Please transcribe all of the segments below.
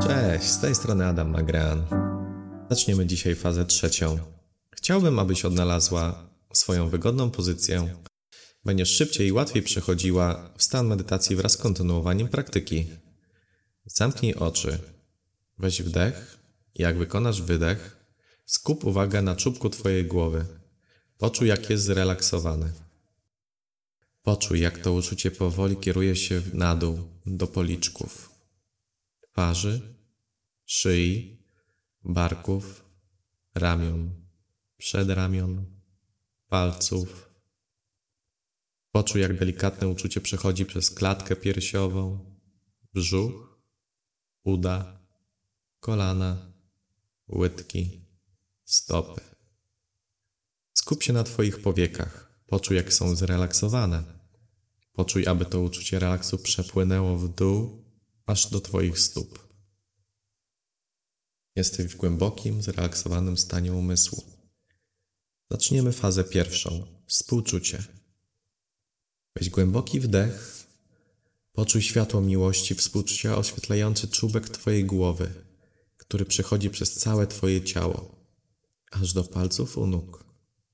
Cześć, z tej strony Adam Magran. Zaczniemy dzisiaj fazę trzecią. Chciałbym, abyś odnalazła swoją wygodną pozycję. Będziesz szybciej i łatwiej przechodziła w stan medytacji wraz z kontynuowaniem praktyki. Zamknij oczy. Weź wdech i jak wykonasz wydech, skup uwagę na czubku twojej głowy. Poczuj, jak jest zrelaksowany. Poczuj, jak to uczucie powoli kieruje się na dół, do policzków, twarzy, szyi, barków, ramion, przedramion, palców. Poczuj, jak delikatne uczucie przechodzi przez klatkę piersiową, brzuch, uda, kolana, łydki, stopy. Skup się na twoich powiekach. Poczuj, jak są zrelaksowane. Poczuj, aby to uczucie relaksu przepłynęło w dół, aż do twoich stóp. Jesteś w głębokim, zrelaksowanym stanie umysłu. Zaczniemy fazę pierwszą. Współczucie. Weź głęboki wdech. Poczuj światło miłości, współczucia oświetlające czubek twojej głowy, który przechodzi przez całe twoje ciało, aż do palców u nóg.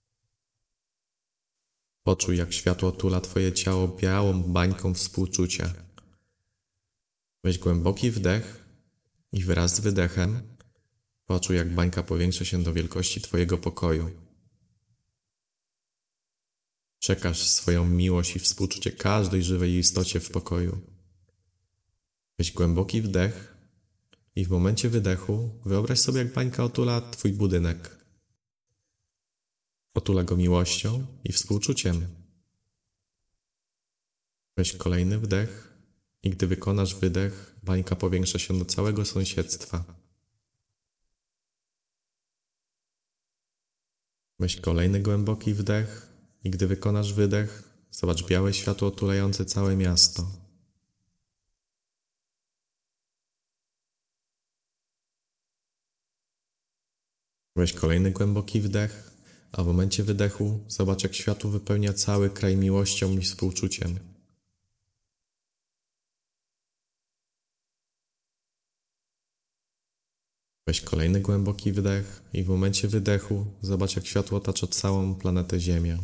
Poczuj, jak światło otula twoje ciało białą bańką współczucia. Weź głęboki wdech i wraz z wydechem poczuj, jak bańka powiększa się do wielkości twojego pokoju. Przekaż swoją miłość i współczucie każdej żywej istocie w pokoju. Weź głęboki wdech i w momencie wydechu wyobraź sobie, jak bańka otula twój budynek. Otula go miłością i współczuciem. Weź kolejny wdech i gdy wykonasz wydech, bańka powiększa się do całego sąsiedztwa. Weź kolejny głęboki wdech i gdy wykonasz wydech, zobacz białe światło otulające całe miasto. Weź kolejny głęboki wdech, a w momencie wydechu zobacz, jak światło wypełnia cały kraj miłością i współczuciem. Weź kolejny głęboki wdech i w momencie wydechu zobacz, jak światło otacza całą planetę Ziemię.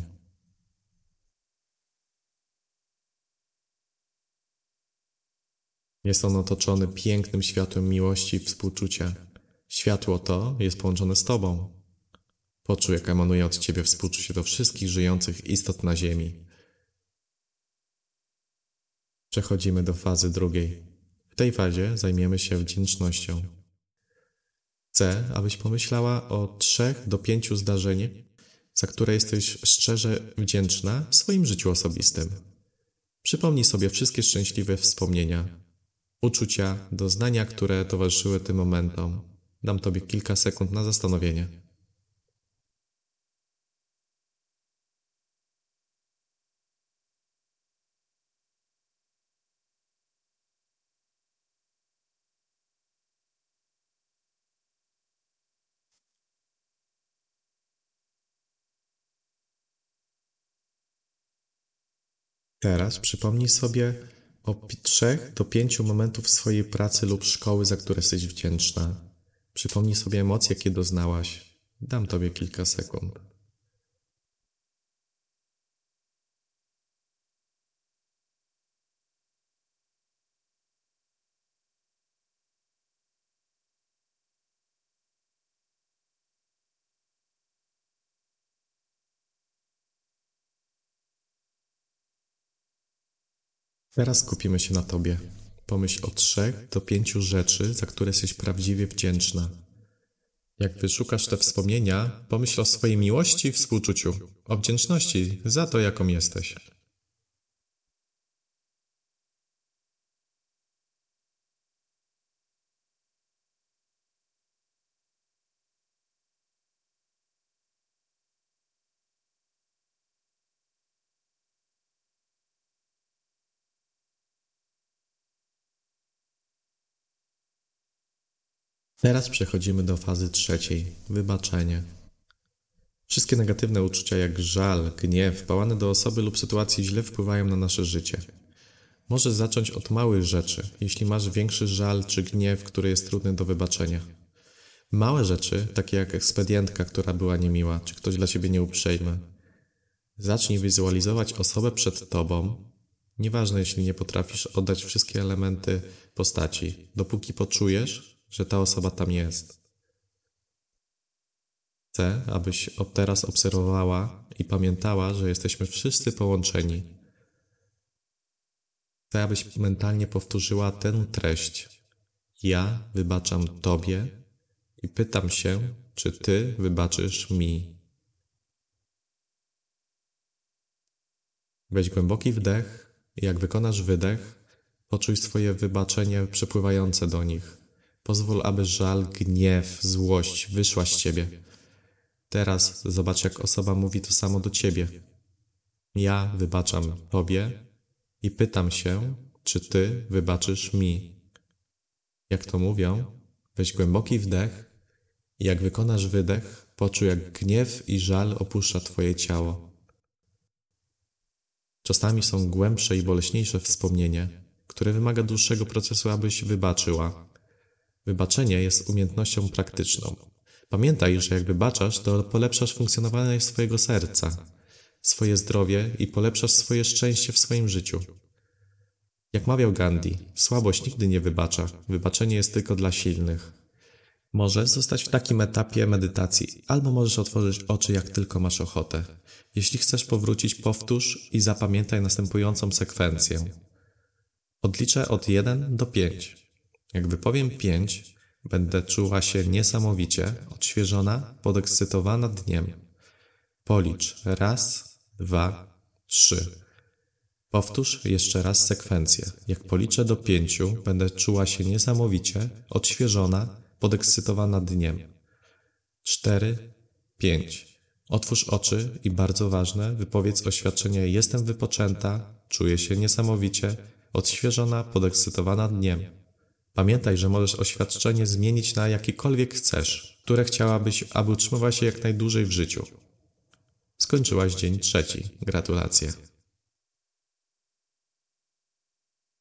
Jest on otoczony pięknym światłem miłości i współczucia. Światło to jest połączone z tobą. Poczuj, jak emanuje od ciebie współczucie do wszystkich żyjących istot na Ziemi. Przechodzimy do fazy drugiej. W tej fazie zajmiemy się wdzięcznością. Chcę, abyś pomyślała o 3 do 5 zdarzeniach, za które jesteś szczerze wdzięczna w swoim życiu osobistym. Przypomnij sobie wszystkie szczęśliwe wspomnienia, uczucia, doznania, które towarzyszyły tym momentom. Dam tobie kilka sekund na zastanowienie. Teraz przypomnij sobie o 3 do 5 momentów swojej pracy lub szkoły, za które jesteś wdzięczna. Przypomnij sobie emocje, jakie doznałaś. Dam tobie kilka sekund. Teraz skupimy się na tobie. Pomyśl o 3 do 5 rzeczy, za które jesteś prawdziwie wdzięczna. Jak wyszukasz te wspomnienia, pomyśl o swojej miłości i współczuciu, o wdzięczności za to, jaką jesteś. Teraz przechodzimy do fazy trzeciej. Wybaczenie. Wszystkie negatywne uczucia jak żal, gniew, pałane do osoby lub sytuacji źle wpływają na nasze życie. Możesz zacząć od małych rzeczy, jeśli masz większy żal czy gniew, który jest trudny do wybaczenia. Małe rzeczy, takie jak ekspedientka, która była niemiła, czy ktoś dla ciebie nieuprzejmy. Zacznij wizualizować osobę przed tobą. Nieważne, jeśli nie potrafisz oddać wszystkie elementy postaci, dopóki poczujesz, że ta osoba tam jest. Chcę, abyś od teraz obserwowała i pamiętała, że jesteśmy wszyscy połączeni. Chcę, abyś mentalnie powtórzyła tę treść. Ja wybaczam tobie i pytam się, czy ty wybaczysz mi. Weź głęboki wdech i jak wykonasz wydech, poczuj swoje wybaczenie przepływające do nich. Pozwól, aby żal, gniew, złość wyszła z ciebie. Teraz zobacz, jak osoba mówi to samo do ciebie. Ja wybaczam tobie i pytam się, czy ty wybaczysz mi. Jak to mówią, weź głęboki wdech i jak wykonasz wydech, poczuj, jak gniew i żal opuszcza twoje ciało. Czasami są głębsze i boleśniejsze wspomnienie, które wymaga dłuższego procesu, abyś wybaczyła. Wybaczenie jest umiejętnością praktyczną. Pamiętaj, że jak wybaczasz, to polepszasz funkcjonowanie swojego serca, swoje zdrowie i polepszasz swoje szczęście w swoim życiu. Jak mawiał Gandhi, słabość nigdy nie wybacza, wybaczenie jest tylko dla silnych. Możesz zostać w takim etapie medytacji, albo możesz otworzyć oczy, jak tylko masz ochotę. Jeśli chcesz powrócić, powtórz i zapamiętaj następującą sekwencję. Odliczę od 1 do 5. Jak wypowiem 5, będę czuła się niesamowicie, odświeżona, podekscytowana dniem. Policz 1, 2, 3. Powtórz jeszcze raz sekwencję. Jak policzę do 5, będę czuła się niesamowicie, odświeżona, podekscytowana dniem. 4, 5. Otwórz oczy i bardzo ważne, wypowiedz oświadczenie: jestem wypoczęta, czuję się niesamowicie, odświeżona, podekscytowana dniem. Pamiętaj, że możesz oświadczenie zmienić na jakiekolwiek chcesz, które chciałabyś, aby utrzymywać się jak najdłużej w życiu. Skończyłaś dzień 3. Gratulacje.